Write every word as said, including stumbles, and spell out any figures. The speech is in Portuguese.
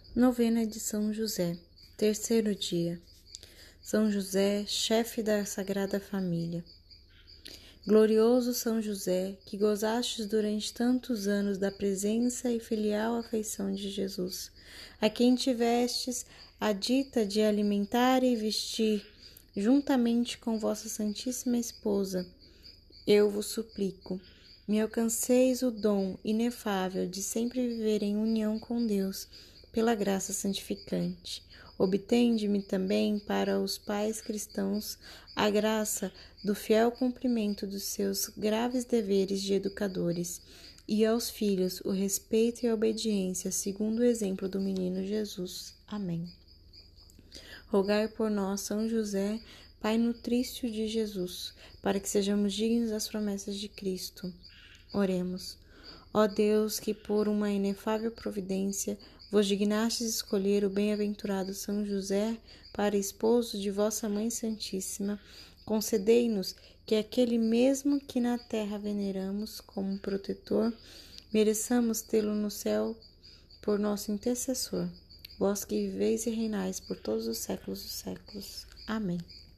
Novena de São José, terceiro dia. São José, chefe da Sagrada Família. Glorioso São José, que gozastes durante tantos anos da presença e filial afeição de Jesus, a quem tivestes a dita de alimentar e vestir, juntamente com vossa Santíssima Esposa, eu vos suplico, me alcanceis o dom inefável de sempre viver em união com Deus, pela graça santificante. Obtende-me também para os pais cristãos a graça do fiel cumprimento dos seus graves deveres de educadores, e aos filhos o respeito e a obediência, segundo o exemplo do menino Jesus. Amém. Rogai por nós, São José, Pai nutrício de Jesus, para que sejamos dignos das promessas de Cristo. Oremos. Ó Deus, que por uma inefável providência vos dignastes escolher o bem-aventurado São José para esposo de vossa Mãe Santíssima, concedei-nos que aquele mesmo que na terra veneramos como protetor, mereçamos tê-lo no céu por nosso intercessor. Vós que viveis e reinais por todos os séculos dos séculos. Amém.